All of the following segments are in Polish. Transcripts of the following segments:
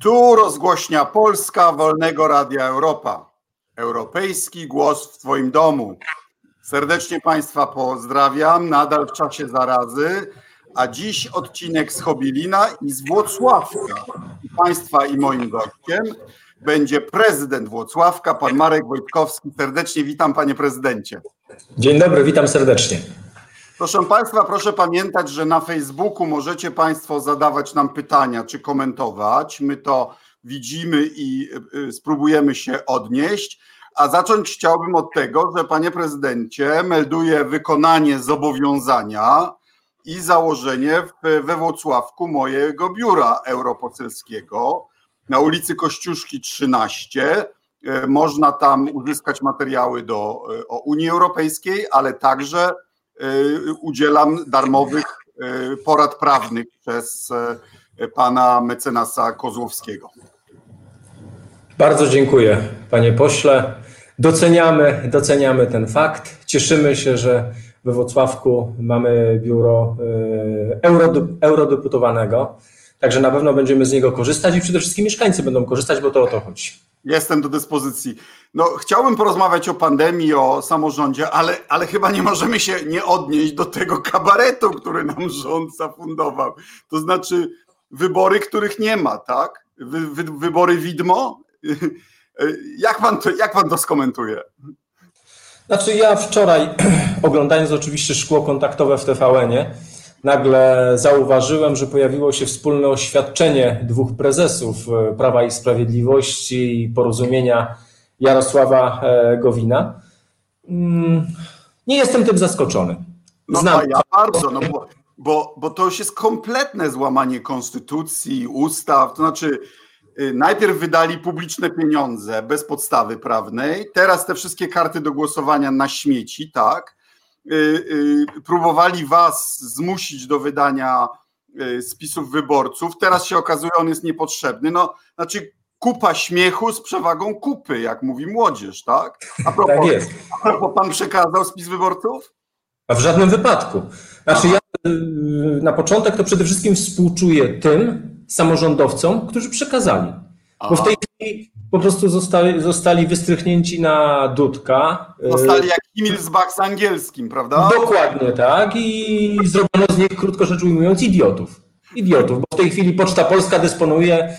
Tu rozgłośnia Polska Wolnego Radia Europa. Europejski głos w Twoim domu. Serdecznie Państwa pozdrawiam, nadal w czasie zarazy, a dziś odcinek z Chobilina i z Włocławka. Państwa i moim gościem będzie prezydent Włocławka, pan Marek Wojtkowski. Serdecznie witam, panie prezydencie. Dzień dobry, witam serdecznie. Proszę Państwa, proszę pamiętać, że na Facebooku możecie Państwo zadawać nam pytania czy komentować. My to widzimy i spróbujemy się odnieść. A zacząć chciałbym od tego, że panie prezydencie melduję wykonanie zobowiązania i założenie we Włocławku mojego biura europoselskiego na ulicy Kościuszki 13. Można tam uzyskać materiały o Unii Europejskiej, ale także udzielam darmowych porad prawnych przez pana mecenasa Kozłowskiego. Bardzo dziękuję, panie pośle. Doceniamy ten fakt. Cieszymy się, że we Włocławku mamy biuro eurodeputowanego. Także na pewno będziemy z niego korzystać i przede wszystkim mieszkańcy będą korzystać, bo to o to chodzi. Jestem do dyspozycji. No, chciałbym porozmawiać o pandemii, o samorządzie, ale chyba nie możemy się nie odnieść do tego kabaretu, który nam rząd zafundował. To znaczy wybory, których nie ma, tak? Wybory widmo? Jak pan to skomentuje? Znaczy ja wczoraj, oglądając oczywiście szkło kontaktowe w TVN-ie, nagle zauważyłem, że pojawiło się wspólne oświadczenie dwóch prezesów Prawa i Sprawiedliwości i Porozumienia Jarosława Gowina. Nie jestem tym zaskoczony. No ja bardzo, bo to już jest kompletne złamanie konstytucji, ustaw, to znaczy najpierw wydali publiczne pieniądze bez podstawy prawnej, teraz te wszystkie karty do głosowania na śmieci, tak? Próbowali was zmusić do wydania spisów wyborców, teraz się okazuje, on jest niepotrzebny. No, znaczy kupa śmiechu z przewagą kupy, jak mówi młodzież, tak? A propos, pan przekazał spis wyborców? A w żadnym wypadku. Znaczy ja na początek to przede wszystkim współczuję tym samorządowcom, którzy przekazali. Bo w tej chwili po prostu zostali wystrychnięci na dudka. Zostali jak Himmelsbach z angielskim, prawda? Dokładnie tak i zrobiono z nich, krótko rzecz ujmując, idiotów, bo w tej chwili Poczta Polska dysponuje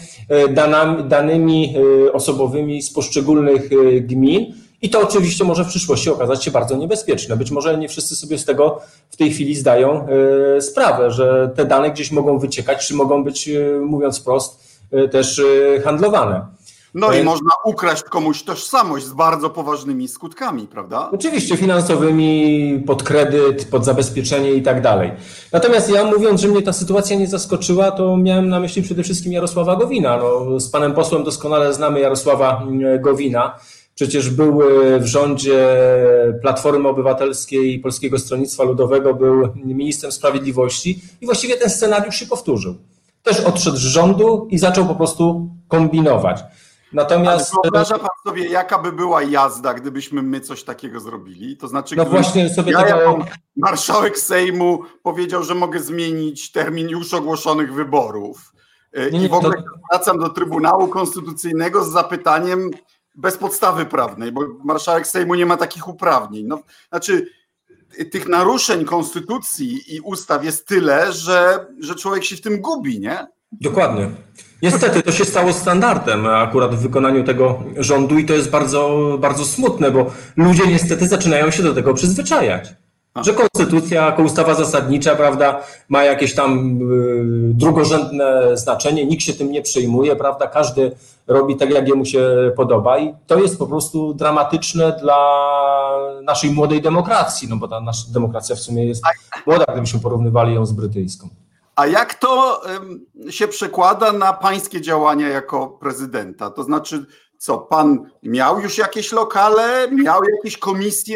danymi osobowymi z poszczególnych gmin i to oczywiście może w przyszłości okazać się bardzo niebezpieczne. Być może nie wszyscy sobie z tego w tej chwili zdają sprawę, że te dane gdzieś mogą wyciekać, czy mogą być, mówiąc wprost, też handlowane. No i można ukraść komuś tożsamość z bardzo poważnymi skutkami, prawda? Oczywiście finansowymi, pod kredyt, pod zabezpieczenie i tak dalej. Natomiast ja, mówiąc, że mnie ta sytuacja nie zaskoczyła, to miałem na myśli przede wszystkim Jarosława Gowina. No, z panem posłem doskonale znamy Jarosława Gowina. Przecież był w rządzie Platformy Obywatelskiej i Polskiego Stronnictwa Ludowego, był ministrem sprawiedliwości i właściwie ten scenariusz się powtórzył. Też odszedł z rządu i zaczął po prostu kombinować. Natomiast wyobraża pan sobie, jaka by była jazda, gdybyśmy my coś takiego zrobili? To znaczy, no właśnie sobie jako marszałek Sejmu powiedział, że mogę zmienić termin już ogłoszonych wyborów. I w ogóle wracam do Trybunału Konstytucyjnego z zapytaniem bez podstawy prawnej, bo marszałek Sejmu nie ma takich uprawnień. No, znaczy, tych naruszeń konstytucji i ustaw jest tyle, że człowiek się w tym gubi, nie? Dokładnie. Niestety to się stało standardem akurat w wykonaniu tego rządu i to jest bardzo, bardzo smutne, bo ludzie niestety zaczynają się do tego przyzwyczajać. Że konstytucja jako ustawa zasadnicza, prawda, ma jakieś tam drugorzędne znaczenie, nikt się tym nie przejmuje, prawda, każdy robi tak, jak jemu się podoba i to jest po prostu dramatyczne dla naszej młodej demokracji, no bo ta nasza demokracja w sumie jest młoda, gdybyśmy porównywali ją z brytyjską. A jak to się przekłada na pańskie działania jako prezydenta? To znaczy, co, pan miał już jakieś lokale, miał jakieś komisje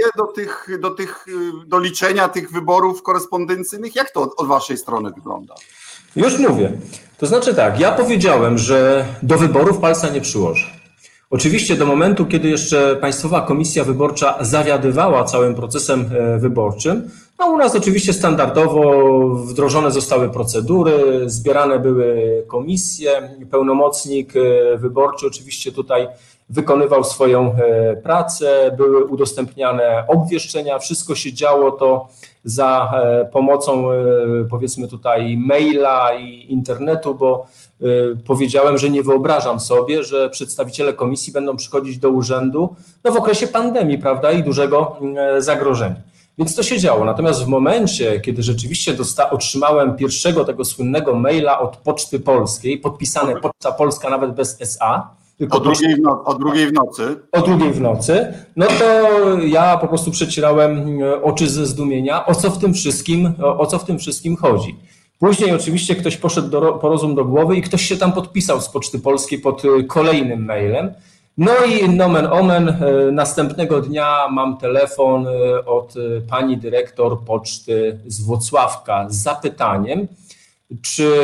do liczenia tych wyborów korespondencyjnych? Jak to od waszej strony wygląda? Już mówię. To znaczy tak, ja powiedziałem, że do wyborów palca nie przyłożę. Oczywiście do momentu, kiedy jeszcze Państwowa Komisja Wyborcza zawiadywała całym procesem wyborczym, no u nas oczywiście standardowo wdrożone zostały procedury, zbierane były komisje, pełnomocnik wyborczy oczywiście tutaj wykonywał swoją pracę, były udostępniane obwieszczenia, wszystko się działo to za pomocą powiedzmy tutaj maila i internetu, bo powiedziałem, że nie wyobrażam sobie, że przedstawiciele komisji będą przychodzić do urzędu w okresie pandemii, prawda, i dużego zagrożenia. Więc to się działo. Natomiast w momencie, kiedy rzeczywiście otrzymałem pierwszego tego słynnego maila od Poczty Polskiej, podpisane Poczta Polska nawet bez SA, o drugiej w nocy. O drugiej w nocy, no to ja po prostu przecierałem oczy ze zdumienia, o co w tym wszystkim chodzi. Później oczywiście ktoś poszedł po rozum do głowy i ktoś się tam podpisał z Poczty Polskiej pod kolejnym mailem. No i nomen omen, następnego dnia mam telefon od pani dyrektor poczty z Włocławka z zapytaniem, czy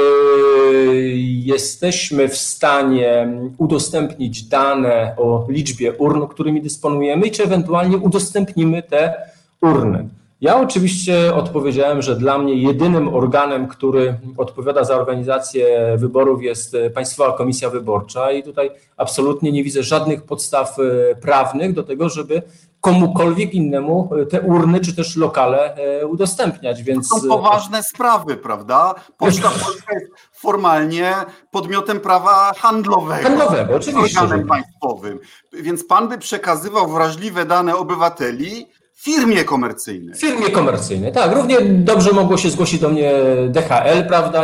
jesteśmy w stanie udostępnić dane o liczbie urn, którymi dysponujemy i czy ewentualnie udostępnimy te urny. Ja oczywiście odpowiedziałem, że dla mnie jedynym organem, który odpowiada za organizację wyborów, jest Państwowa Komisja Wyborcza i tutaj absolutnie nie widzę żadnych podstaw prawnych do tego, żeby komukolwiek innemu te urny czy też lokale udostępniać. Więc to są poważne sprawy, prawda? Poczta Polska jest formalnie podmiotem prawa handlowego. Handlowego, oczywiście. Organem państwowym. Więc pan by przekazywał wrażliwe dane obywateli firmie komercyjnej. Firmie komercyjnej, tak. Równie dobrze mogło się zgłosić do mnie DHL, prawda,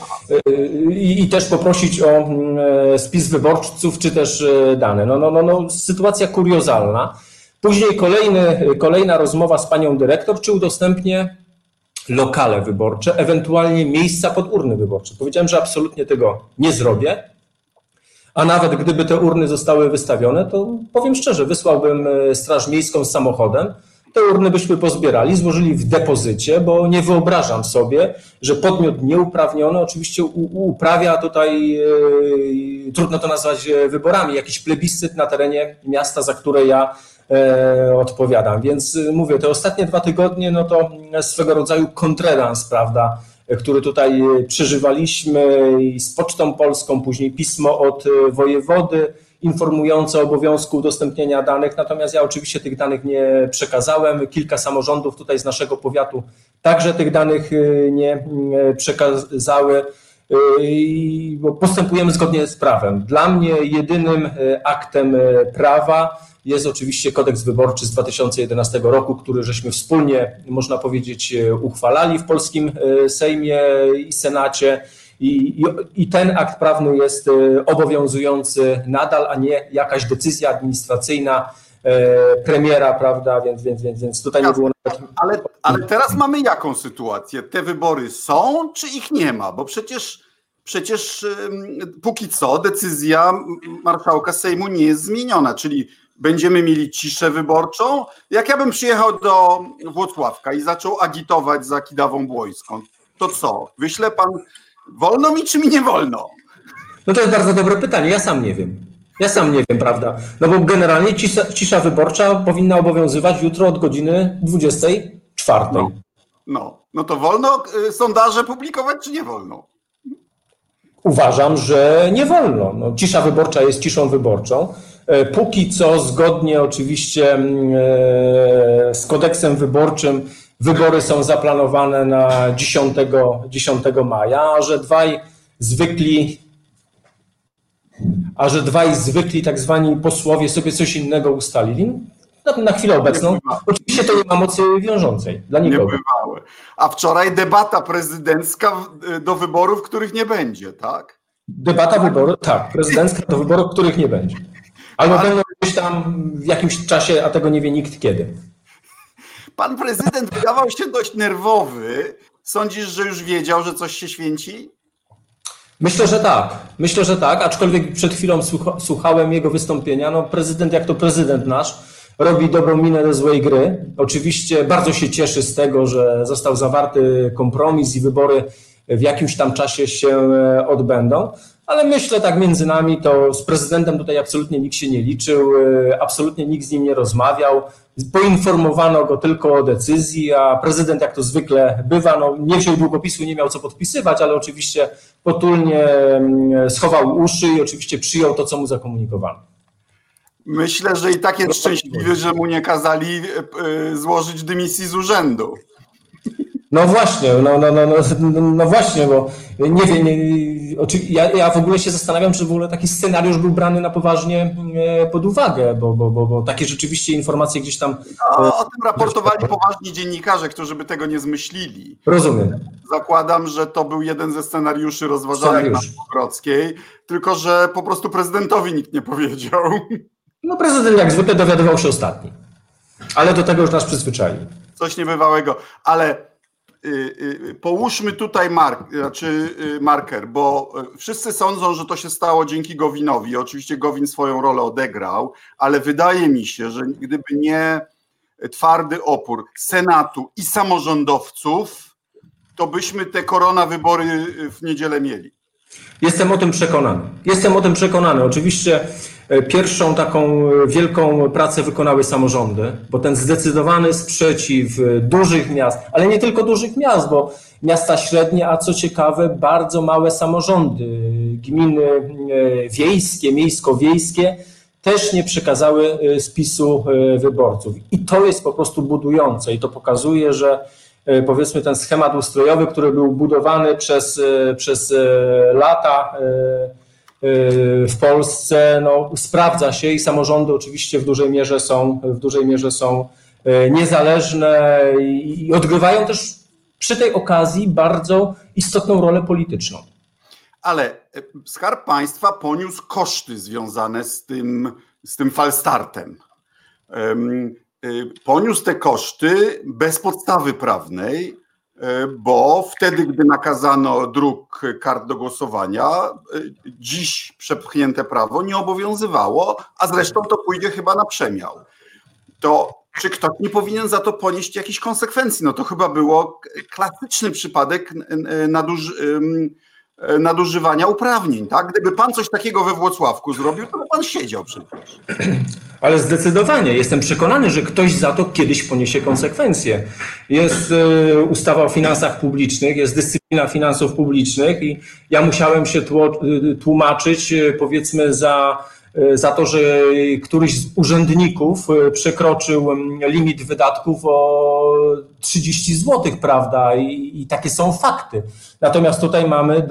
i też poprosić o spis wyborców, czy też dane. No, sytuacja kuriozalna. Później kolejna rozmowa z panią dyrektor, czy udostępnię lokale wyborcze, ewentualnie miejsca pod urny wyborcze. Powiedziałem, że absolutnie tego nie zrobię, a nawet gdyby te urny zostały wystawione, to powiem szczerze, wysłałbym Straż Miejską z samochodem, te urny byśmy pozbierali, złożyli w depozycie, bo nie wyobrażam sobie, że podmiot nieuprawniony oczywiście uprawia tutaj, trudno to nazwać wyborami, jakiś plebiscyt na terenie miasta, za które ja odpowiadam. Więc mówię, te ostatnie 2 tygodnie, no to swego rodzaju kontrerans, prawda, który tutaj przeżywaliśmy i z Pocztą Polską, później pismo od wojewody informujące o obowiązku udostępnienia danych, natomiast ja oczywiście tych danych nie przekazałem. Kilka samorządów tutaj z naszego powiatu także tych danych nie przekazały, bo postępujemy zgodnie z prawem. Dla mnie jedynym aktem prawa jest oczywiście kodeks wyborczy z 2011 roku, który żeśmy wspólnie, można powiedzieć, uchwalali w polskim Sejmie i Senacie. I ten akt prawny jest obowiązujący nadal, a nie jakaś decyzja administracyjna premiera, prawda, więc tutaj nie było nawet... Ale teraz mamy jaką sytuację? Te wybory są, czy ich nie ma? Bo przecież póki co decyzja marszałka Sejmu nie jest zmieniona, czyli będziemy mieli ciszę wyborczą. Jak ja bym przyjechał do Włocławka i zaczął agitować za Kidawą-Błońską, to co? Wyśle pan... Wolno mi, czy mi nie wolno? No to jest bardzo dobre pytanie. Ja sam nie wiem, prawda? No bo generalnie cisza wyborcza powinna obowiązywać jutro od godziny 24. No to wolno sondaże publikować, czy nie wolno? Uważam, że nie wolno. No, cisza wyborcza jest ciszą wyborczą. Póki co, zgodnie oczywiście z kodeksem wyborczym, wybory są zaplanowane na 10 maja, a że dwaj zwykli tak zwani posłowie sobie coś innego ustalili, na chwilę obecną oczywiście to nie ma mocy wiążącej dla nikogo. Niebywały. A wczoraj debata prezydencka do wyborów, których nie będzie, tak? Prezydencka do wyborów, których nie będzie. Albo będą gdzieś tam w jakimś czasie, a tego nie wie nikt kiedy. Pan prezydent wydawał się dość nerwowy. Sądzisz, że już wiedział, że coś się święci? Myślę, że tak, aczkolwiek przed chwilą słuchałem jego wystąpienia. No prezydent, jak to prezydent nasz, robi dobrą minę do złej gry. Oczywiście bardzo się cieszy z tego, że został zawarty kompromis i wybory w jakimś tam czasie się odbędą. Ale myślę tak między nami, to z prezydentem tutaj absolutnie nikt się nie liczył, absolutnie nikt z nim nie rozmawiał. Poinformowano go tylko o decyzji, a prezydent, jak to zwykle bywa, no nie wziął długopisu, nie miał co podpisywać, ale oczywiście potulnie schował uszy i oczywiście przyjął to, co mu zakomunikowano. Myślę, że i tak jest szczęśliwy, że mu nie kazali złożyć dymisji z urzędu. No właśnie, no właśnie, bo nie wiem, ja w ogóle się zastanawiam, czy w ogóle taki scenariusz był brany na poważnie pod uwagę, bo takie rzeczywiście informacje gdzieś tam... O tym raportowali poważni dziennikarze, którzy by tego nie zmyślili. Rozumiem. Zakładam, że to był jeden ze scenariuszy rozważanych na Grodzkiej, tylko że po prostu prezydentowi nikt nie powiedział. No prezydent jak zwykle dowiadywał się ostatni, ale do tego już nas przyzwyczaił. Coś niebywałego, ale połóżmy tutaj marker, bo wszyscy sądzą, że to się stało dzięki Gowinowi. Oczywiście Gowin swoją rolę odegrał, ale wydaje mi się, że gdyby nie twardy opór Senatu i samorządowców, to byśmy te koronawybory w niedzielę mieli. Jestem o tym przekonany. Oczywiście pierwszą taką wielką pracę wykonały samorządy, bo ten zdecydowany sprzeciw dużych miast, ale nie tylko dużych miast, bo miasta średnie, a co ciekawe, bardzo małe samorządy, gminy wiejskie, miejsko-wiejskie też nie przekazały spisu wyborców. I to jest po prostu budujące i to pokazuje, że powiedzmy ten schemat ustrojowy, który był budowany przez lata w Polsce, no, sprawdza się i samorządy oczywiście w dużej mierze są niezależne i odgrywają też przy tej okazji bardzo istotną rolę polityczną. Ale Skarb Państwa poniósł koszty związane z tym falstartem. Poniósł te koszty bez podstawy prawnej, bo wtedy, gdy nakazano druk kart do głosowania, dziś przepchnięte prawo nie obowiązywało, a zresztą to pójdzie chyba na przemiał. To czy ktoś nie powinien za to ponieść jakichś konsekwencji? No to chyba było klasyczny przypadek nadużywania uprawnień, tak? Gdyby pan coś takiego we Włocławku zrobił, to by pan siedział przecież. Ale zdecydowanie jestem przekonany, że ktoś za to kiedyś poniesie konsekwencje. Jest ustawa o finansach publicznych, jest dyscyplina finansów publicznych i ja musiałem się tłumaczyć, powiedzmy, za to, że któryś z urzędników przekroczył limit wydatków o 30 zł, prawda? I takie są fakty. Natomiast tutaj mamy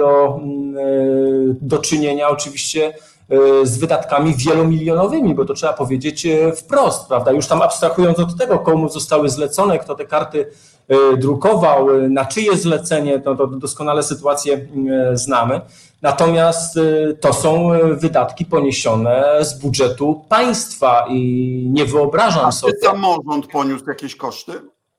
do czynienia oczywiście z wydatkami wielomilionowymi, bo to trzeba powiedzieć wprost, prawda? Już tam abstrahując od tego, komu zostały zlecone, kto te karty drukował, na czyje zlecenie, to doskonale sytuację znamy. Natomiast to są wydatki poniesione z budżetu państwa i nie wyobrażam sobie... A samorząd poniósł jakieś koszty?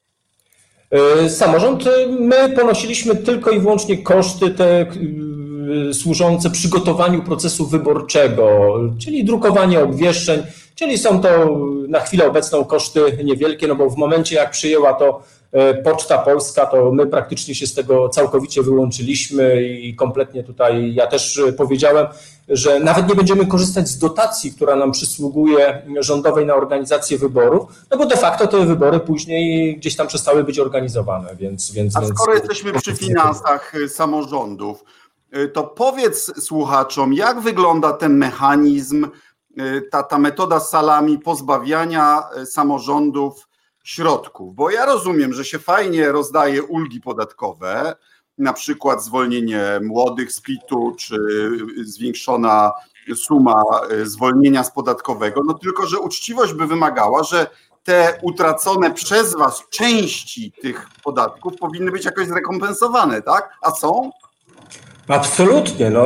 Samorząd, my ponosiliśmy tylko i wyłącznie koszty te służące przygotowaniu procesu wyborczego, czyli drukowanie obwieszczeń, czyli są to na chwilę obecną koszty niewielkie, no bo w momencie jak przyjęła to Poczta Polska, to my praktycznie się z tego całkowicie wyłączyliśmy i kompletnie tutaj ja też powiedziałem, że nawet nie będziemy korzystać z dotacji, która nam przysługuje rządowej na organizację wyborów, no bo de facto te wybory później gdzieś tam przestały być organizowane. A skoro jesteśmy przy finansach samorządów, to powiedz słuchaczom, jak wygląda ten mechanizm, ta metoda salami pozbawiania samorządów środków, bo ja rozumiem, że się fajnie rozdaje ulgi podatkowe, na przykład zwolnienie młodych z PIT-u, czy zwiększona suma zwolnienia z podatkowego, no tylko, że uczciwość by wymagała, że te utracone przez was części tych podatków powinny być jakoś zrekompensowane, tak? A są? Absolutnie. No,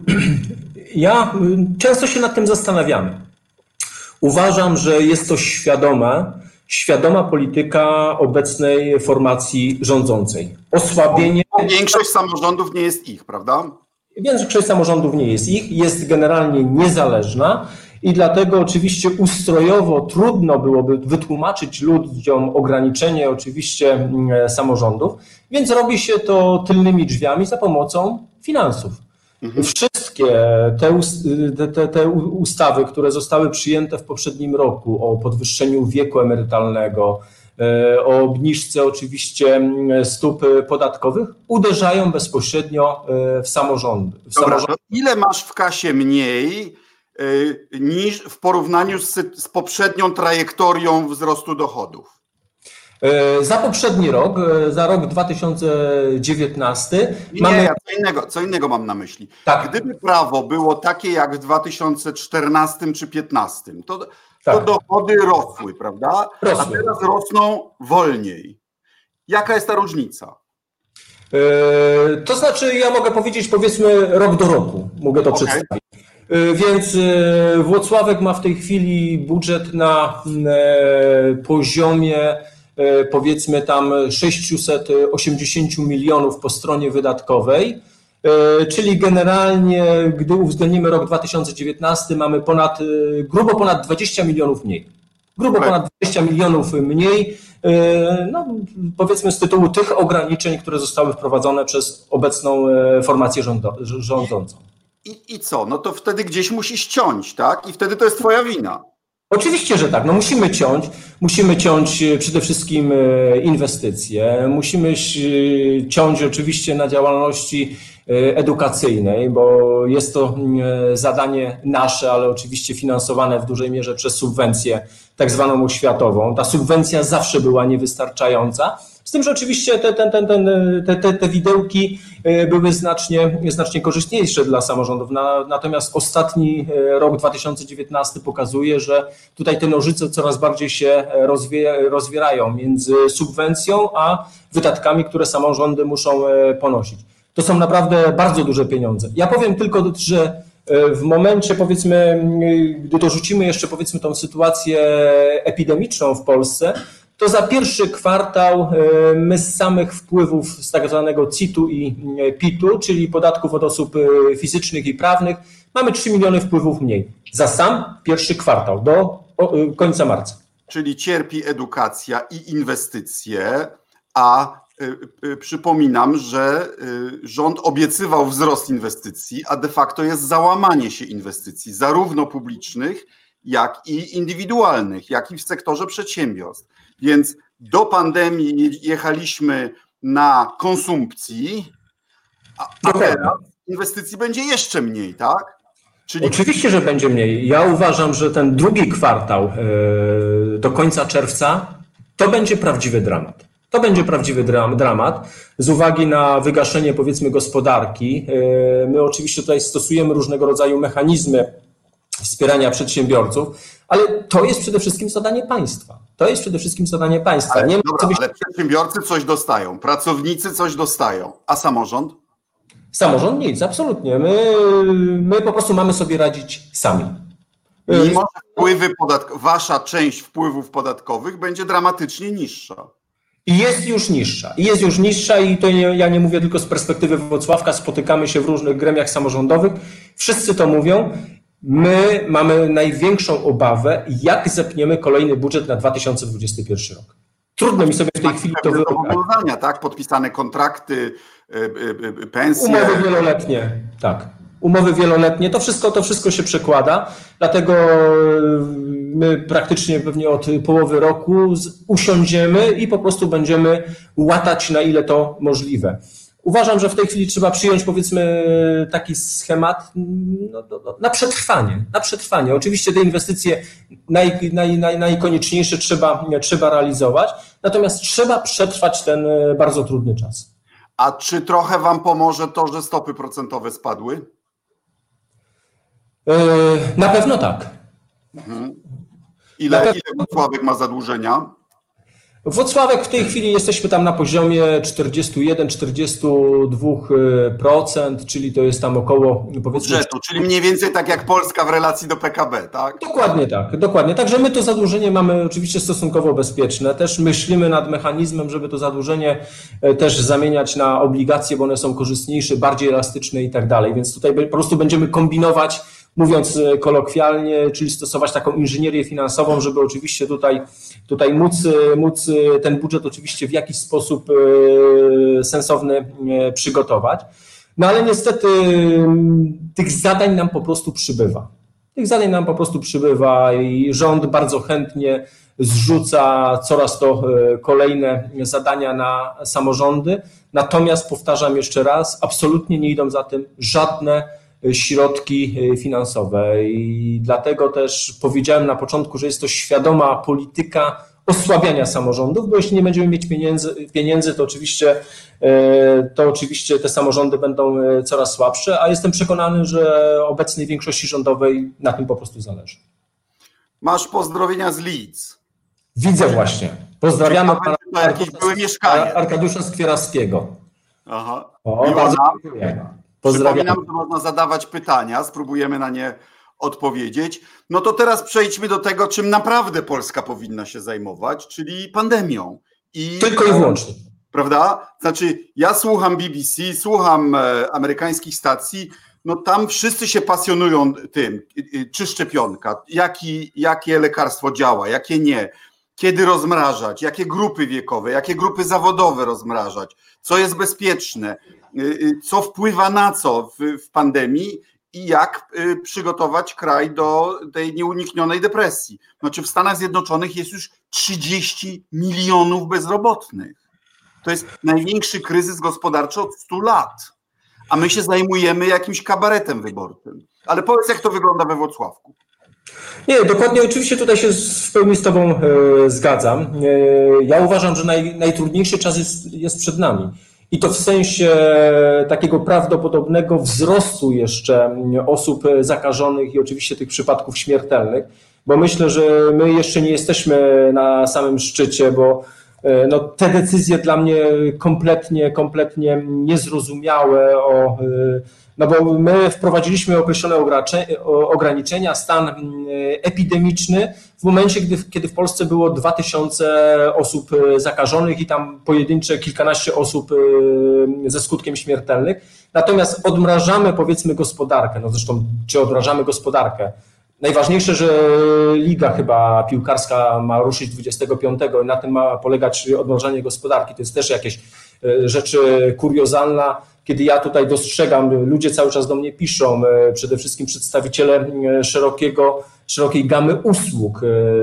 ja często się nad tym zastanawiamy. Uważam, że jest to świadoma polityka obecnej formacji rządzącej. Osłabienie... Większość samorządów nie jest ich, prawda? Większość samorządów nie jest ich, jest generalnie niezależna i dlatego oczywiście ustrojowo trudno byłoby wytłumaczyć ludziom ograniczenie oczywiście samorządów, więc robi się to tylnymi drzwiami za pomocą finansów. wszystkie te ustawy, które zostały przyjęte w poprzednim roku o podwyższeniu wieku emerytalnego, o obniżce oczywiście stóp podatkowych, uderzają bezpośrednio w samorządy. Dobra, to ile masz w kasie mniej niż w porównaniu z poprzednią trajektorią wzrostu dochodów? Za poprzedni rok, za rok 2019 mamy... Co innego mam na myśli. Tak. Gdyby prawo było takie jak w 2014 czy 2015, to dochody rosły, prawda? A teraz rosną wolniej. Jaka jest ta różnica? To znaczy, ja mogę powiedzieć, powiedzmy, rok do roku. Mogę to przedstawić. Więc Włocławek ma w tej chwili budżet na poziomie, powiedzmy tam 680 milionów po stronie wydatkowej, czyli generalnie, gdy uwzględnimy rok 2019, mamy grubo ponad 20 milionów mniej. Grubo ponad 20 milionów mniej, no, powiedzmy z tytułu tych ograniczeń, które zostały wprowadzone przez obecną formację rządzącą. I co? No to wtedy gdzieś musisz ciąć, tak? I wtedy to jest twoja wina. Oczywiście, że tak. No musimy ciąć przede wszystkim inwestycje, musimy ciąć oczywiście na działalności edukacyjnej, bo jest to zadanie nasze, ale oczywiście finansowane w dużej mierze przez subwencję tak zwaną oświatową. Ta subwencja zawsze była niewystarczająca, z tym, że oczywiście te widełki były znacznie korzystniejsze dla samorządów. Natomiast ostatni rok 2019 pokazuje, że tutaj te nożyce coraz bardziej się rozwierają między subwencją a wydatkami, które samorządy muszą ponosić. To są naprawdę bardzo duże pieniądze. Ja powiem tylko, że w momencie, powiedzmy, gdy dorzucimy jeszcze, powiedzmy, tą sytuację epidemiczną w Polsce, to za pierwszy kwartał my z samych wpływów z tak zwanego CIT-u i PIT-u, czyli podatków od osób fizycznych i prawnych, mamy 3 miliony wpływów mniej. Za sam pierwszy kwartał do końca marca. Czyli cierpi edukacja i inwestycje, a przypominam, że rząd obiecywał wzrost inwestycji, a de facto jest załamanie się inwestycji, zarówno publicznych, jak i indywidualnych, jak i w sektorze przedsiębiorstw. Więc do pandemii jechaliśmy na konsumpcji, a teraz inwestycji będzie jeszcze mniej, tak? Czyli... Oczywiście, że będzie mniej. Ja uważam, że ten drugi kwartał do końca czerwca to będzie prawdziwy dramat. To będzie prawdziwy dramat z uwagi na wygaszenie, powiedzmy, gospodarki. My oczywiście tutaj stosujemy różnego rodzaju mechanizmy wspierania przedsiębiorców, ale to jest przede wszystkim zadanie państwa. Ale przedsiębiorcy coś dostają, pracownicy coś dostają, a samorząd? Samorząd nic, absolutnie. My po prostu mamy sobie radzić sami. Mimo że wasza część wpływów podatkowych będzie dramatycznie niższa. I jest już niższa i to ja nie mówię tylko z perspektywy Włocławka, spotykamy się w różnych gremiach samorządowych, wszyscy to mówią. My mamy największą obawę, jak zepniemy kolejny budżet na 2021 rok. Trudno mi sobie w tej chwili to wyobrazić. Tak? Podpisane kontrakty, pensje. Umowy wieloletnie, tak. Umowy wieloletnie, to wszystko się przekłada, dlatego my praktycznie pewnie od połowy roku usiądziemy i po prostu będziemy łatać, na ile to możliwe. Uważam, że w tej chwili trzeba przyjąć, powiedzmy, taki schemat na przetrwanie. Oczywiście te inwestycje najkonieczniejsze trzeba realizować, natomiast trzeba przetrwać ten bardzo trudny czas. A czy trochę wam pomoże to, że stopy procentowe spadły? Na pewno tak. Ile Włocławek ma zadłużenia? Włocławek w tej chwili jesteśmy tam na poziomie 41-42%, czyli to jest tam około, powiedzmy... Budżetu, czyli mniej więcej tak jak Polska w relacji do PKB, tak? Dokładnie. Także my to zadłużenie mamy oczywiście stosunkowo bezpieczne. Też myślimy nad mechanizmem, żeby to zadłużenie też zamieniać na obligacje, bo one są korzystniejsze, bardziej elastyczne i tak dalej. Więc tutaj po prostu będziemy kombinować, mówiąc kolokwialnie, czyli stosować taką inżynierię finansową, żeby oczywiście tutaj móc ten budżet oczywiście w jakiś sposób sensowny przygotować. No ale niestety tych zadań nam po prostu przybywa. Tych zadań nam po prostu przybywa i rząd bardzo chętnie zrzuca coraz to kolejne zadania na samorządy. Natomiast powtarzam jeszcze raz, absolutnie nie idą za tym żadne środki finansowe i dlatego też powiedziałem na początku, że jest to świadoma polityka osłabiania samorządów, bo jeśli nie będziemy mieć pieniędzy, to oczywiście te samorządy będą coraz słabsze, a jestem przekonany, że obecnej większości rządowej na tym po prostu zależy. Masz pozdrowienia z Leeds. Widzę właśnie. Pozdrawiamy pana Arkadiusza Skwierowskiego. Aha. Bardzo dziękuję. Przypominam, że można zadawać pytania, spróbujemy na nie odpowiedzieć. No to teraz przejdźmy do tego, czym naprawdę Polska powinna się zajmować, czyli pandemią. Tylko i wyłącznie. Prawda? Znaczy, ja słucham BBC, słucham amerykańskich stacji, no tam wszyscy się pasjonują tym, czy szczepionka, jakie lekarstwo działa, jakie nie, kiedy rozmrażać, jakie grupy wiekowe, jakie grupy zawodowe rozmrażać, co jest bezpieczne, co wpływa na co w pandemii i jak przygotować kraj do tej nieuniknionej depresji. Znaczy w Stanach Zjednoczonych jest już 30 milionów bezrobotnych. To jest największy kryzys gospodarczy od 100 lat. A my się zajmujemy jakimś kabaretem wyborczym. Ale powiedz, jak to wygląda we Włocławku. Nie, dokładnie, oczywiście tutaj się w pełni z Tobą zgadzam. Ja uważam, że najtrudniejszy czas jest przed nami. I to w sensie takiego prawdopodobnego wzrostu jeszcze osób zakażonych i oczywiście tych przypadków śmiertelnych, bo myślę, że my jeszcze nie jesteśmy na samym szczycie, bo no, te decyzje dla mnie kompletnie niezrozumiałe, no bo my wprowadziliśmy określone ograniczenia, stan epidemiczny w momencie, kiedy w Polsce było 2000 osób zakażonych i tam pojedyncze kilkanaście osób ze skutkiem śmiertelnych. Natomiast odmrażamy powiedzmy gospodarkę, no zresztą czy odmrażamy gospodarkę? Najważniejsze, że liga chyba piłkarska ma ruszyć 25 i na tym ma polegać odmrażanie gospodarki. To jest też jakieś rzeczy kuriozalna, kiedy ja tutaj dostrzegam, ludzie cały czas do mnie piszą, przede wszystkim przedstawiciele szerokiej gamy usług,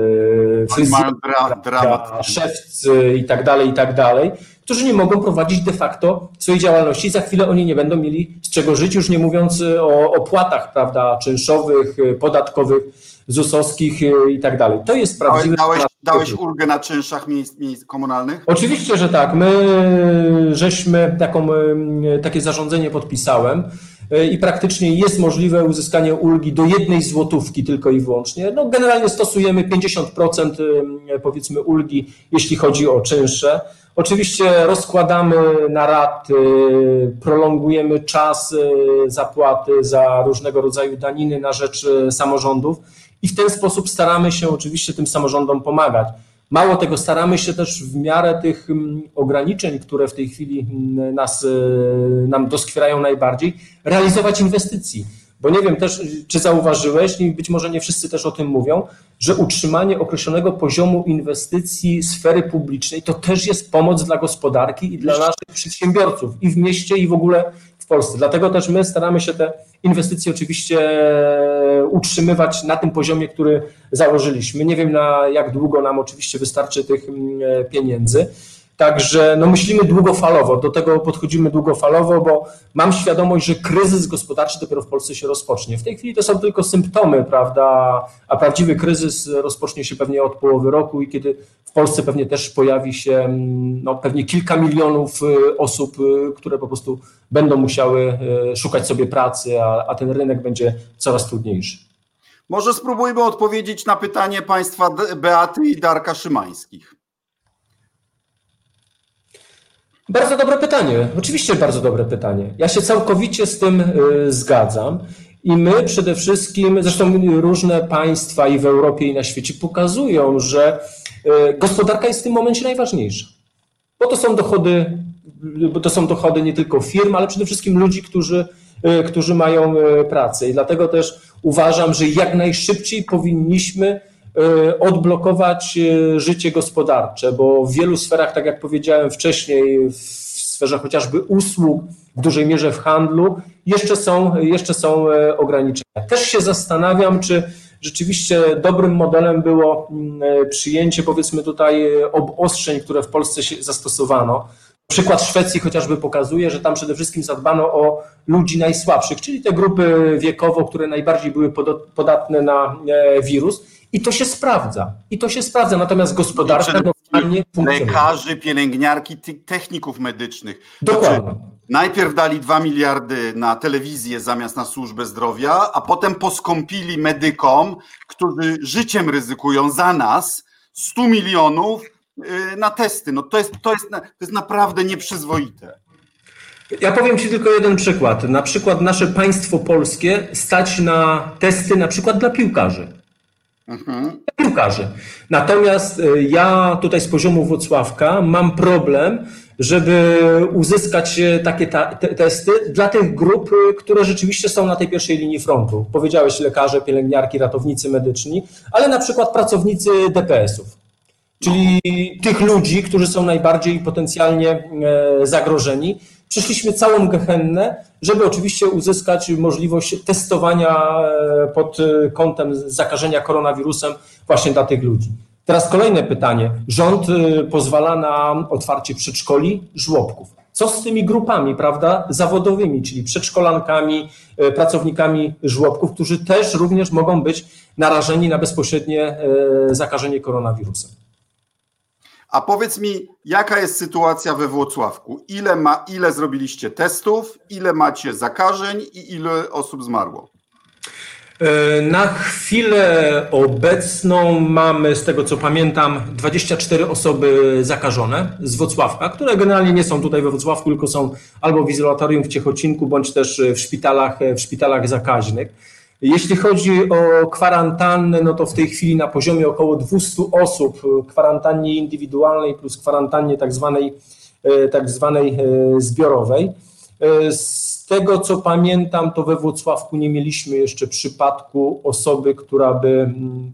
szewcy i tak dalej, którzy nie mogą prowadzić de facto swojej działalności. Za chwilę oni nie będą mieli z czego żyć, już nie mówiąc o opłatach, prawda, czynszowych, podatkowych, ZUS-owskich i tak dalej. To jest prawdziwe. Dałeś ulgę na czynszach miejsc komunalnych? Oczywiście, że tak. My żeśmy takie zarządzenie podpisałem i praktycznie jest możliwe uzyskanie ulgi do 1 złotówki tylko i wyłącznie. No, generalnie stosujemy 50% powiedzmy ulgi, jeśli chodzi o czynsze. Oczywiście rozkładamy na raty, prolongujemy czas zapłaty za różnego rodzaju daniny na rzecz samorządów i w ten sposób staramy się oczywiście tym samorządom pomagać. Mało tego, staramy się też w miarę tych ograniczeń, które w tej chwili nam doskwierają najbardziej, realizować inwestycji. Bo nie wiem też, czy zauważyłeś, i być może nie wszyscy też o tym mówią, że utrzymanie określonego poziomu inwestycji sfery publicznej to też jest pomoc dla gospodarki i dla naszych przedsiębiorców i w mieście, i w ogóle w Polsce. Dlatego też my staramy się te inwestycje oczywiście utrzymywać na tym poziomie, który założyliśmy. Nie wiem, na jak długo nam oczywiście wystarczy tych pieniędzy. Także no myślimy długofalowo, do tego podchodzimy długofalowo, bo mam świadomość, że kryzys gospodarczy dopiero w Polsce się rozpocznie. W tej chwili to są tylko symptomy, prawda, a prawdziwy kryzys rozpocznie się pewnie od połowy roku i kiedy w Polsce pewnie też pojawi się no, pewnie kilka milionów osób, które po prostu będą musiały szukać sobie pracy, a ten rynek będzie coraz trudniejszy. Może spróbujmy odpowiedzieć na pytanie państwa Beaty i Darka Szymańskich. Bardzo dobre pytanie. Oczywiście bardzo dobre pytanie. Ja się całkowicie z tym zgadzam i my przede wszystkim, zresztą różne państwa i w Europie i na świecie pokazują, że gospodarka jest w tym momencie najważniejsza. Bo to są dochody nie tylko firm, ale przede wszystkim ludzi, którzy mają pracę i dlatego też uważam, że jak najszybciej powinniśmy odblokować życie gospodarcze, bo w wielu sferach, tak jak powiedziałem wcześniej, w sferze chociażby usług, w dużej mierze w handlu, jeszcze są ograniczenia. Też się zastanawiam, czy rzeczywiście dobrym modelem było przyjęcie, powiedzmy tutaj, obostrzeń, które w Polsce się zastosowano. Przykład Szwecji chociażby pokazuje, że tam przede wszystkim zadbano o ludzi najsłabszych, czyli te grupy wiekowo, które najbardziej były podatne na wirus. I to się sprawdza. Natomiast gospodarka normalnie funkcjonuje. Lekarzy, pielęgniarki, techników medycznych. Dokładnie. Znaczy, najpierw dali 2 miliardy na telewizję zamiast na służbę zdrowia, a potem poskąpili medykom, którzy życiem ryzykują za nas, 100 milionów na testy. No to jest naprawdę nieprzyzwoite. Ja powiem Ci tylko jeden przykład. Na przykład nasze państwo polskie stać na testy na przykład dla piłkarzy. Natomiast ja tutaj z poziomu Włocławka mam problem, żeby uzyskać takie testy dla tych grup, które rzeczywiście są na tej pierwszej linii frontu. Powiedziałeś lekarze, pielęgniarki, ratownicy medyczni, ale na przykład pracownicy DPS-ów. Czyli tych ludzi, którzy są najbardziej potencjalnie zagrożeni. Przeszliśmy całą gehennę, żeby oczywiście uzyskać możliwość testowania pod kątem zakażenia koronawirusem właśnie dla tych ludzi. Teraz kolejne pytanie. Rząd pozwala na otwarcie przedszkoli, żłobków. Co z tymi grupami, prawda, zawodowymi, czyli przedszkolankami, pracownikami żłobków, którzy też również mogą być narażeni na bezpośrednie zakażenie koronawirusem? A powiedz mi, jaka jest sytuacja we Włocławku? Ile zrobiliście testów, ile macie zakażeń i ile osób zmarło? Na chwilę obecną mamy, z tego co pamiętam, 24 osoby zakażone z Włocławka, które generalnie nie są tutaj we Włocławku, tylko są albo w izolatorium w Ciechocinku, bądź też w szpitalach zakaźnych. Jeśli chodzi o kwarantannę, no to w tej chwili na poziomie około 200 osób w kwarantannie indywidualnej plus kwarantannie tak zwanej zbiorowej. Z tego co pamiętam, to we Włocławku nie mieliśmy jeszcze przypadku osoby, która by...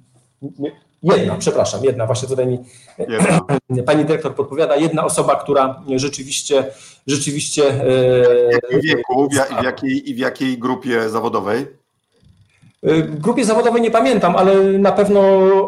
Jedna, właśnie tutaj mi pani dyrektor podpowiada, jedna osoba, która rzeczywiście... W jakim wieku i w jakiej grupie zawodowej? W grupie zawodowej nie pamiętam, ale na pewno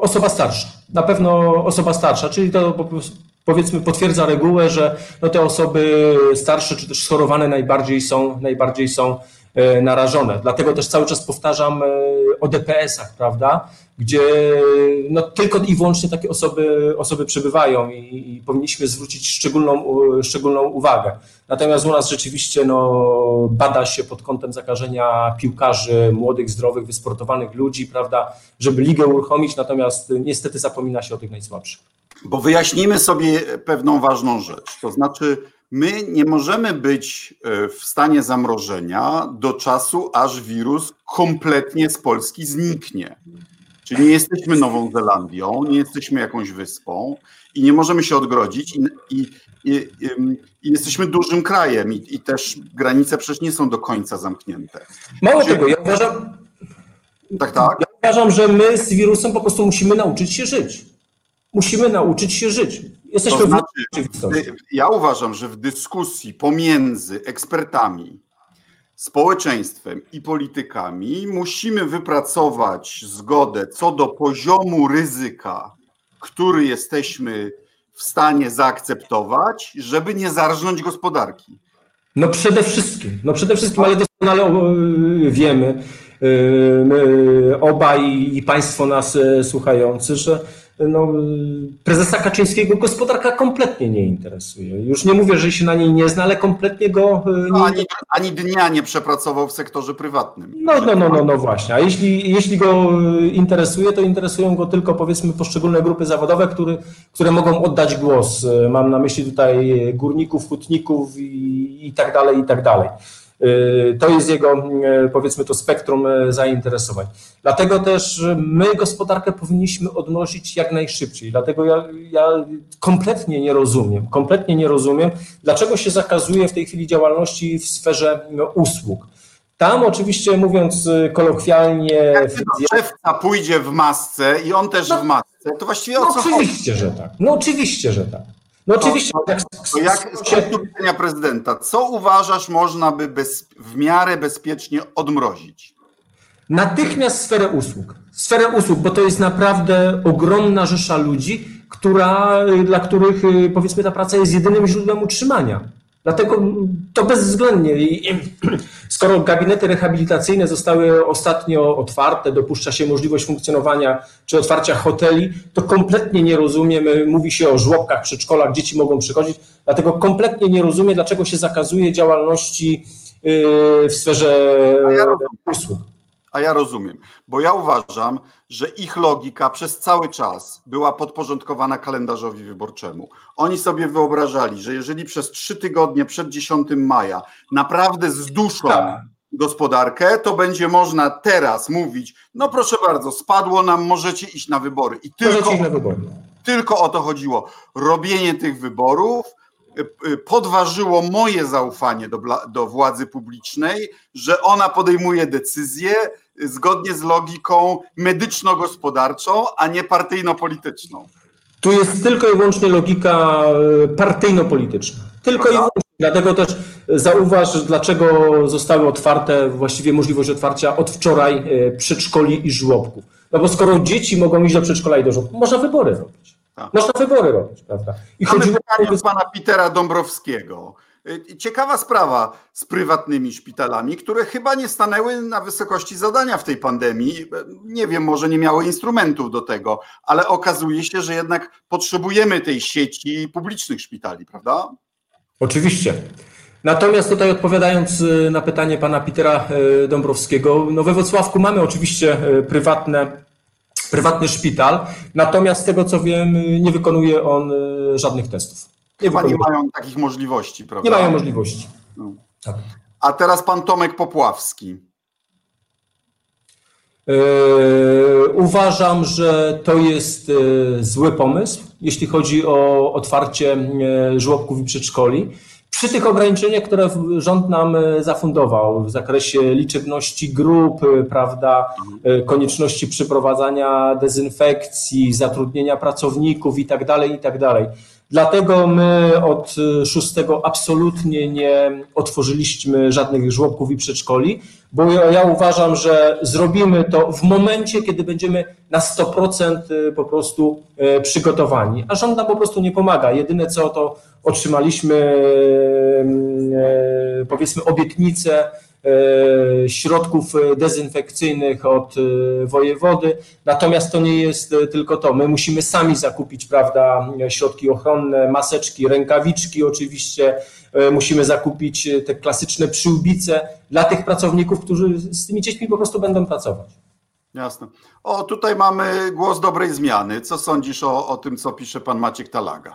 osoba starsza, czyli to powiedzmy potwierdza regułę, że no te osoby starsze czy też schorowane najbardziej są narażone. Dlatego też cały czas powtarzam o DPS-ach, prawda, gdzie no tylko i wyłącznie takie osoby przebywają i powinniśmy zwrócić szczególną uwagę. Natomiast u nas rzeczywiście bada się pod kątem zakażenia piłkarzy, młodych, zdrowych, wysportowanych ludzi, prawda, żeby ligę uruchomić, natomiast niestety zapomina się o tych najsłabszych. Bo wyjaśnijmy sobie pewną ważną rzecz, to znaczy my nie możemy być w stanie zamrożenia do czasu, aż wirus kompletnie z Polski zniknie. Czyli nie jesteśmy Nową Zelandią, nie jesteśmy jakąś wyspą i nie możemy się odgrodzić i jesteśmy dużym krajem i też granice przecież nie są do końca zamknięte. Mało tego, ja uważam, tak. Ja uważam, że my z wirusem po prostu musimy nauczyć się żyć. Jesteśmy to znaczy, ja uważam, że w dyskusji pomiędzy ekspertami, społeczeństwem i politykami musimy wypracować zgodę co do poziomu ryzyka, który jesteśmy w stanie zaakceptować, żeby nie zarżnąć gospodarki. No przede wszystkim, ale doskonale wiemy, my obaj i Państwo nas słuchający, że prezesa Kaczyńskiego gospodarka kompletnie nie interesuje. Już nie mówię, że się na niej nie zna, ale kompletnie go nie... Ani dnia nie przepracował w sektorze prywatnym. No właśnie. A jeśli go interesuje, to interesują go tylko powiedzmy poszczególne grupy zawodowe, które mogą oddać głos. Mam na myśli tutaj górników, hutników i tak dalej, i tak dalej. To jest jego, powiedzmy to, spektrum zainteresowań. Dlatego też my gospodarkę powinniśmy odnosić jak najszybciej. Dlatego ja kompletnie nie rozumiem, dlaczego się zakazuje w tej chwili działalności w sferze usług. Tam oczywiście, mówiąc kolokwialnie... Jak szewca pójdzie w masce i on też w masce, to właściwie o co chodzi? Oczywiście, że tak. No oczywiście. To jak z punktu widzenia prezydenta, co uważasz można by w miarę bezpiecznie odmrozić? Natychmiast sferę usług. Sferę usług, bo to jest naprawdę ogromna rzesza ludzi, dla których powiedzmy ta praca jest jedynym źródłem utrzymania. Dlatego to bezwzględnie. Skoro gabinety rehabilitacyjne zostały ostatnio otwarte, dopuszcza się możliwość funkcjonowania czy otwarcia hoteli, to kompletnie nie rozumiem, mówi się o żłobkach, przedszkolach, dzieci mogą przychodzić, dlatego kompletnie nie rozumiem, dlaczego się zakazuje działalności w sferze usług. A ja rozumiem, bo ja uważam, że ich logika przez cały czas była podporządkowana kalendarzowi wyborczemu. Oni sobie wyobrażali, że jeżeli przez 3 tygodnie przed 10 maja naprawdę zduszą gospodarkę, to będzie można teraz mówić, no proszę bardzo, spadło nam, możecie iść na wybory. I tylko o to chodziło. Robienie tych wyborów podważyło moje zaufanie do władzy publicznej, że ona podejmuje decyzje zgodnie z logiką medyczno-gospodarczą, a nie partyjno-polityczną. Tu jest tylko i wyłącznie logika partyjno-polityczna. Tylko i wyłącznie. Dlatego też zauważ, dlaczego zostały otwarte, właściwie możliwość otwarcia od wczoraj przedszkoli i żłobków. No bo skoro dzieci mogą iść do przedszkola i do żłobków, można wybory robić. Można wybory robić, prawda? I chodziło o pana Petera Dąbrowskiego. Ciekawa sprawa z prywatnymi szpitalami, które chyba nie stanęły na wysokości zadania w tej pandemii. Nie wiem, może nie miały instrumentów do tego, ale okazuje się, że jednak potrzebujemy tej sieci publicznych szpitali, prawda? Oczywiście. Natomiast tutaj odpowiadając na pytanie pana Petera Dąbrowskiego, no we Wrocławku mamy oczywiście prywatny szpital, natomiast z tego co wiem nie wykonuje on żadnych testów. Chyba nie mają takich możliwości, prawda? Nie mają możliwości. No. Tak. A teraz pan Tomek Popławski. Uważam, że to jest zły pomysł, jeśli chodzi o otwarcie żłobków i przedszkoli. Przy tych ograniczeniach, które rząd nam zafundował w zakresie liczebności grup, prawda, konieczności przeprowadzania dezynfekcji, zatrudnienia pracowników itd. Dlatego my od 6 absolutnie nie otworzyliśmy żadnych żłobków i przedszkoli, bo ja uważam, że zrobimy to w momencie, kiedy będziemy na 100% po prostu przygotowani, a rząd nam po prostu nie pomaga. Jedyne co to otrzymaliśmy powiedzmy obietnicę środków dezynfekcyjnych od wojewody, natomiast to nie jest tylko to. My musimy sami zakupić, prawda, środki ochronne, maseczki, rękawiczki oczywiście, musimy zakupić te klasyczne przyłbice dla tych pracowników, którzy z tymi dziećmi po prostu będą pracować. Jasne. O, tutaj mamy głos dobrej zmiany. Co sądzisz o tym, co pisze pan Maciek Talaga?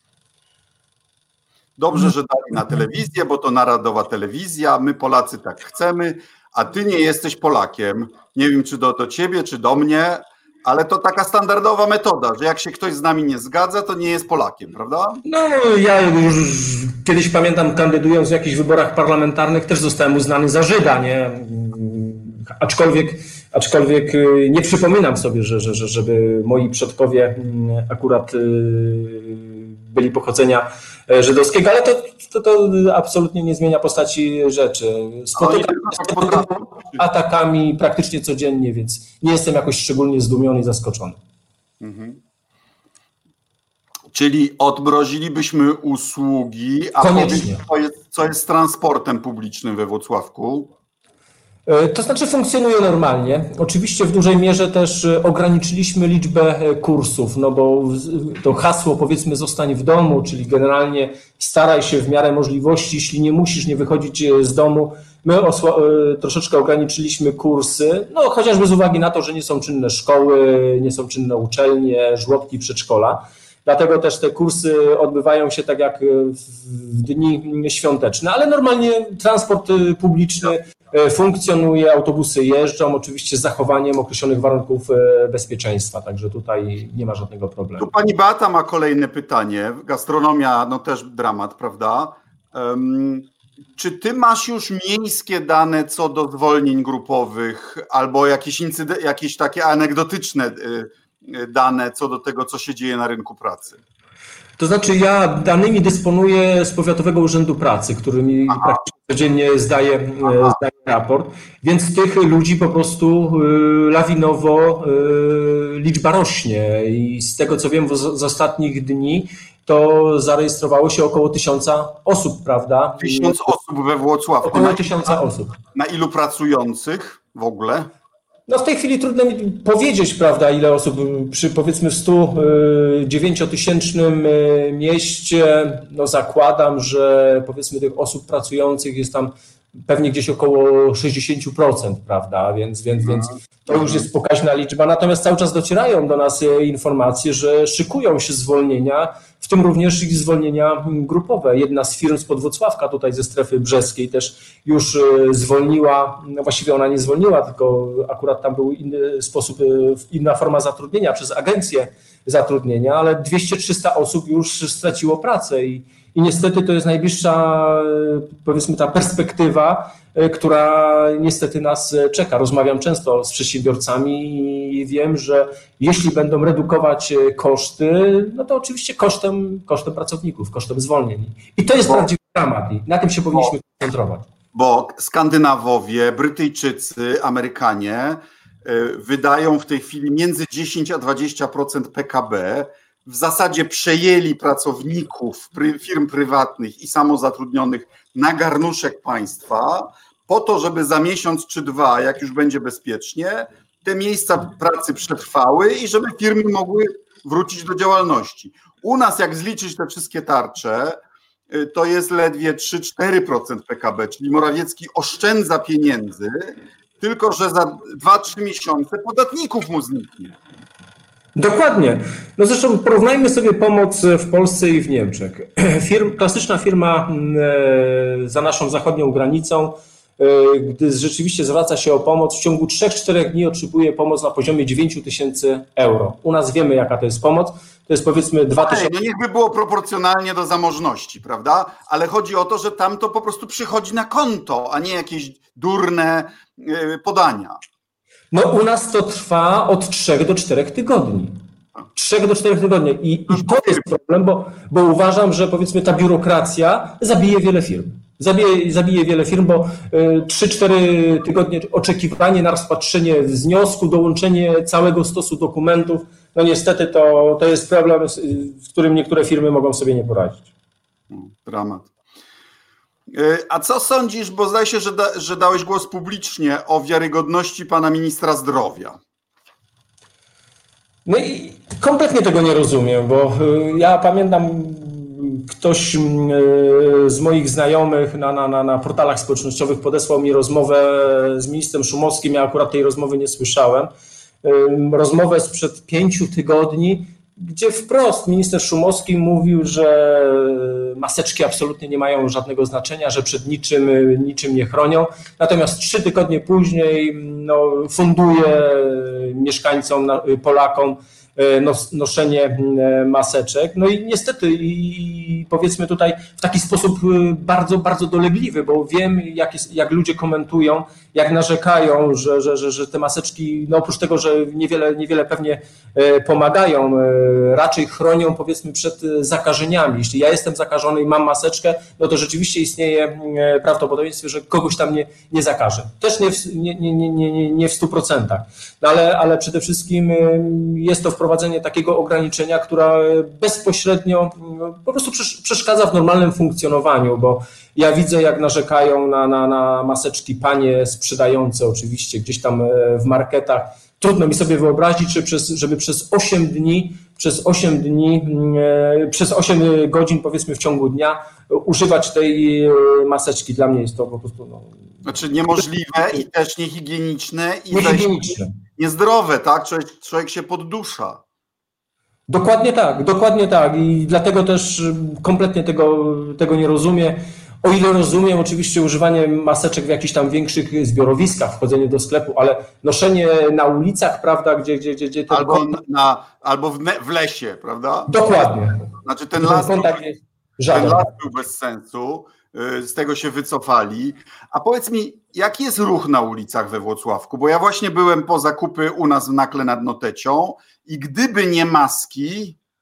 Dobrze, że dali na telewizję, bo to narodowa telewizja, my Polacy tak chcemy, a ty nie jesteś Polakiem. Nie wiem, czy do ciebie, czy do mnie, ale to taka standardowa metoda, że jak się ktoś z nami nie zgadza, to nie jest Polakiem, prawda? No, ja już kiedyś pamiętam, kandydując w jakichś wyborach parlamentarnych, też zostałem uznany za Żyda, nie? Aczkolwiek nie przypominam sobie, żeby moi przodkowie akurat byli pochodzenia żydowskiego, ale to absolutnie nie zmienia postaci rzeczy. Spotykam się z atakami praktycznie codziennie, więc nie jestem jakoś szczególnie zdumiony i zaskoczony. Mhm. Czyli odmrozilibyśmy usługi, a koniecznie. Co jest z transportem publicznym we Włocławku? To znaczy funkcjonuje normalnie. Oczywiście w dużej mierze też ograniczyliśmy liczbę kursów, no bo to hasło powiedzmy zostań w domu, czyli generalnie staraj się w miarę możliwości, jeśli nie musisz nie wychodzić z domu. My troszeczkę ograniczyliśmy kursy, no chociażby z uwagi na to, że nie są czynne szkoły, nie są czynne uczelnie, żłobki, przedszkola. Dlatego też te kursy odbywają się tak jak w dni świąteczne, ale normalnie transport publiczny funkcjonuje, autobusy jeżdżą, oczywiście z zachowaniem określonych warunków bezpieczeństwa, także tutaj nie ma żadnego problemu. Tu pani Beata ma kolejne pytanie. Gastronomia, no też dramat, prawda? Czy ty masz już miejskie dane co do zwolnień grupowych albo jakieś takie anegdotyczne dane co do tego, co się dzieje na rynku pracy? To znaczy ja danymi dysponuję z Powiatowego Urzędu Pracy, który mi praktycznie codziennie zdaje raport, więc tych ludzi po prostu lawinowo liczba rośnie i z tego co wiem z ostatnich dni to zarejestrowało się około 1000 osób, prawda? 1000 osób we Włocławku. Około 1000 osób. Na ilu pracujących w ogóle? No w tej chwili trudno mi powiedzieć, prawda, ile osób przy powiedzmy 109-tysięcznym mieście, no zakładam, że powiedzmy tych osób pracujących jest tam pewnie gdzieś około 60%, prawda, więc to już jest pokaźna liczba, natomiast cały czas docierają do nas informacje, że szykują się zwolnienia, w tym również i zwolnienia grupowe. Jedna z firm spod Włocławka, tutaj ze strefy brzeskiej też już zwolniła, no właściwie ona nie zwolniła, tylko akurat tam był inny sposób, inna forma zatrudnienia przez agencję zatrudnienia, ale 200-300 osób już straciło pracę i niestety to jest najbliższa, powiedzmy, ta perspektywa, która niestety nas czeka. Rozmawiam często z przedsiębiorcami i wiem, że jeśli będą redukować koszty, no to oczywiście kosztem pracowników, kosztem zwolnień. I to jest prawdziwy dramat i na tym się powinniśmy koncentrować. Bo Skandynawowie, Brytyjczycy, Amerykanie wydają w tej chwili między 10 a 20% PKB. W zasadzie przejęli pracowników firm prywatnych i samozatrudnionych na garnuszek państwa po to, żeby za miesiąc czy dwa, jak już będzie bezpiecznie, te miejsca pracy przetrwały i żeby firmy mogły wrócić do działalności. U nas, jak zliczyć te wszystkie tarcze, to jest ledwie 3-4% PKB, czyli Morawiecki oszczędza pieniędzy, tylko że za 2-3 miesiące podatników mu zniknie. Dokładnie. No zresztą porównajmy sobie pomoc w Polsce i w Niemczech. Klasyczna firma za naszą zachodnią granicą, gdy rzeczywiście zwraca się o pomoc, w ciągu 3-4 dni otrzymuje pomoc na poziomie 9000 euro. U nas wiemy, jaka to jest pomoc. To jest powiedzmy 2000. No niech by było proporcjonalnie do zamożności, prawda? Ale chodzi o to, że tam to po prostu przychodzi na konto, a nie jakieś durne podania. No u nas to trwa od 3 do 4 tygodni. 3 do 4 tygodni. I to jest problem, bo uważam, że powiedzmy ta biurokracja zabije wiele firm. Zabije wiele firm, bo 3-4 tygodnie oczekiwanie na rozpatrzenie wniosku, dołączenie całego stosu dokumentów, no niestety to jest problem, z którym niektóre firmy mogą sobie nie poradzić. Dramat. A co sądzisz, bo zdaje się, że dałeś głos publicznie o wiarygodności pana ministra zdrowia? No i kompletnie tego nie rozumiem, bo ja pamiętam, ktoś z moich znajomych na portalach społecznościowych podesłał mi rozmowę z ministrem Szumowskim, ja akurat tej rozmowy nie słyszałem, rozmowę sprzed 5 tygodni, gdzie wprost minister Szumowski mówił, że maseczki absolutnie nie mają żadnego znaczenia, że przed niczym nie chronią. Natomiast 3 tygodnie później funduje mieszkańcom, Polakom noszenie maseczek. No i niestety powiedzmy tutaj w taki sposób bardzo, bardzo dolegliwy, bo wiem jak ludzie komentują, jak narzekają, że te maseczki, no oprócz tego, że niewiele pewnie pomagają, raczej chronią powiedzmy przed zakażeniami. Jeśli ja jestem zakażony i mam maseczkę, no to rzeczywiście istnieje prawdopodobieństwo, że kogoś tam nie zakażę. Też nie w 100%. No ale przede wszystkim jest to wprowadzenie takiego ograniczenia, która bezpośrednio po prostu przeszkadza w normalnym funkcjonowaniu, bo ja widzę, jak narzekają na maseczki panie sprzedające oczywiście gdzieś tam w marketach. Trudno mi sobie wyobrazić, żeby przez 8 godzin powiedzmy w ciągu dnia używać tej maseczki. Dla mnie jest to po prostu... Znaczy niemożliwe i też niehigieniczne i niezdrowe, tak? Człowiek się poddusza. Dokładnie tak i dlatego też kompletnie tego nie rozumiem. O ile rozumiem oczywiście używanie maseczek w jakichś tam większych zbiorowiskach, wchodzenie do sklepu, ale noszenie na ulicach, prawda, gdzie to... Albo w lesie, prawda? Dokładnie. Znaczy ten las był bez sensu, z tego się wycofali. A powiedz mi, jaki jest ruch na ulicach we Włocławku? Bo ja właśnie byłem po zakupy u nas w Nakle nad Notecią i gdyby nie maski,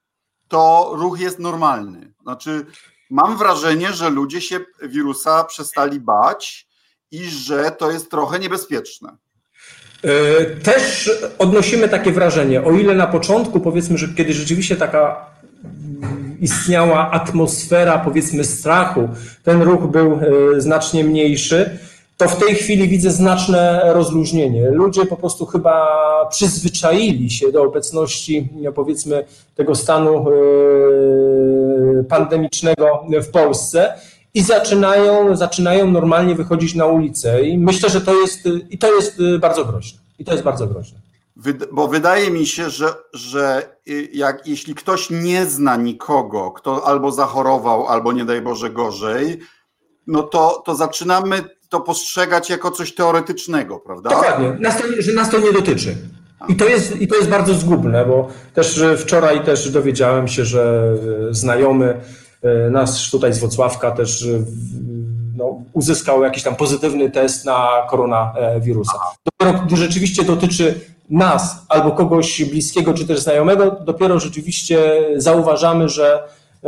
to ruch jest normalny. Znaczy, mam wrażenie, że ludzie się wirusa przestali bać i że to jest trochę niebezpieczne. Też odnosimy takie wrażenie, o ile na początku, powiedzmy, że kiedy rzeczywiście taka istniała atmosfera, powiedzmy, strachu, ten ruch był znacznie mniejszy, to w tej chwili widzę znaczne rozluźnienie. Ludzie po prostu chyba przyzwyczaili się do obecności, powiedzmy, tego stanu pandemicznego w Polsce i zaczynają normalnie wychodzić na ulicę. I myślę, że to jest bardzo groźne. I to jest bardzo groźne. Bo wydaje mi się, że jeśli ktoś nie zna nikogo, kto albo zachorował, albo nie daj Boże gorzej, no to zaczynamy to postrzegać jako coś teoretycznego, prawda? Dokładnie, że nas to nie dotyczy. I to jest bardzo zgubne, bo też wczoraj też dowiedziałem się, że znajomy nasz tutaj z Włocławka też uzyskał jakiś tam pozytywny test na koronawirusa. Dopiero gdy rzeczywiście dotyczy nas albo kogoś bliskiego czy też znajomego, dopiero rzeczywiście zauważamy, że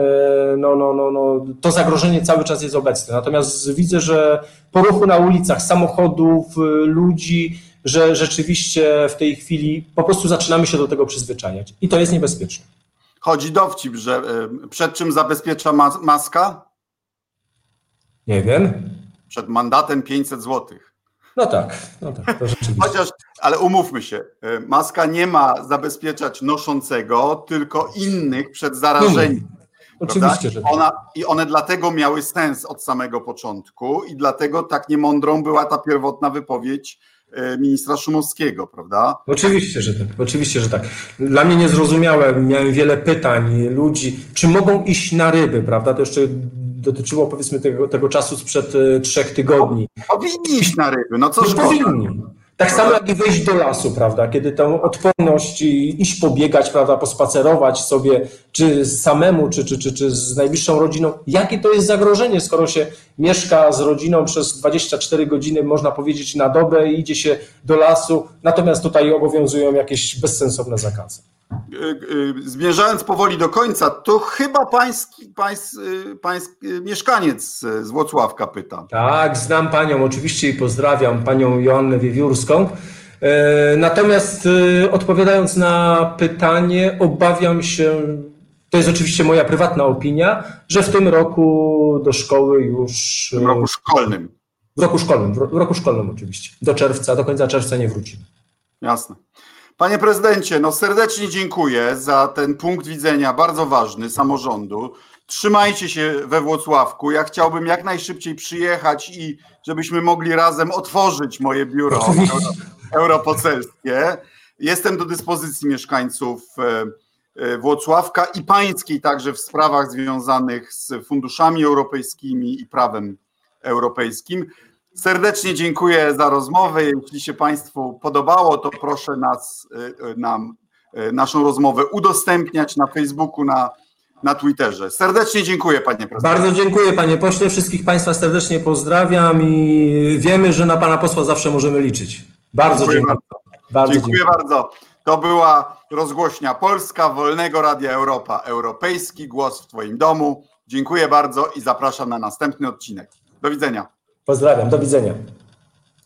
to zagrożenie cały czas jest obecne. Natomiast widzę, że po ruchu na ulicach, samochodów, ludzi, że rzeczywiście w tej chwili po prostu zaczynamy się do tego przyzwyczajać. I to jest niebezpieczne. Chodzi dowcip, że przed czym zabezpiecza maska? Nie wiem. Przed mandatem 500 zł. No tak, to rzeczywiście. Ale umówmy się, maska nie ma zabezpieczać noszącego, tylko innych przed zarażeniem. Oczywiście, że tak. I one dlatego miały sens od samego początku i dlatego tak niemądrą była ta pierwotna wypowiedź ministra Szumowskiego, prawda? Oczywiście, że tak. Dla mnie niezrozumiałe, miałem wiele pytań ludzi, czy mogą iść na ryby, prawda? To jeszcze dotyczyło, powiedzmy, tego czasu sprzed 3 tygodni. Powinni iść na ryby, no co szkoda. Powinni. Tak samo jak i wejść do lasu, prawda? Kiedy tę odporność iść pobiegać, prawda, pospacerować sobie, czy samemu, czy z najbliższą rodziną. Jakie to jest zagrożenie, skoro się mieszka z rodziną przez 24 godziny, można powiedzieć, na dobę i idzie się do lasu, natomiast tutaj obowiązują jakieś bezsensowne zakazy. Zmierzając powoli do końca, to chyba pański mieszkaniec z Włocławka pyta. Tak, znam panią oczywiście i pozdrawiam panią Joannę Wiewiórską. Natomiast odpowiadając na pytanie, obawiam się, to jest oczywiście moja prywatna opinia, że w tym roku do szkoły już... W roku szkolnym. W roku szkolnym oczywiście. Do końca czerwca nie wrócimy. Jasne. Panie prezydencie, no serdecznie dziękuję za ten punkt widzenia bardzo ważny samorządu. Trzymajcie się we Włocławku. Ja chciałbym jak najszybciej przyjechać i żebyśmy mogli razem otworzyć moje biuro europoselskie. Jestem do dyspozycji mieszkańców Włocławka i pańskiej także w sprawach związanych z funduszami europejskimi i prawem europejskim. Serdecznie dziękuję za rozmowę. Jeśli się Państwu podobało, to proszę naszą rozmowę udostępniać na Facebooku, na Twitterze. Serdecznie dziękuję, panie prezydencie. Bardzo dziękuję, panie pośle. Wszystkich Państwa serdecznie pozdrawiam i wiemy, że na pana posła zawsze możemy liczyć. Bardzo dziękuję. Dziękuję bardzo. To była rozgłośnia Polska, Wolnego Radia Europa, europejski głos w Twoim domu. Dziękuję bardzo i zapraszam na następny odcinek. Do widzenia. Pozdrawiam, do widzenia.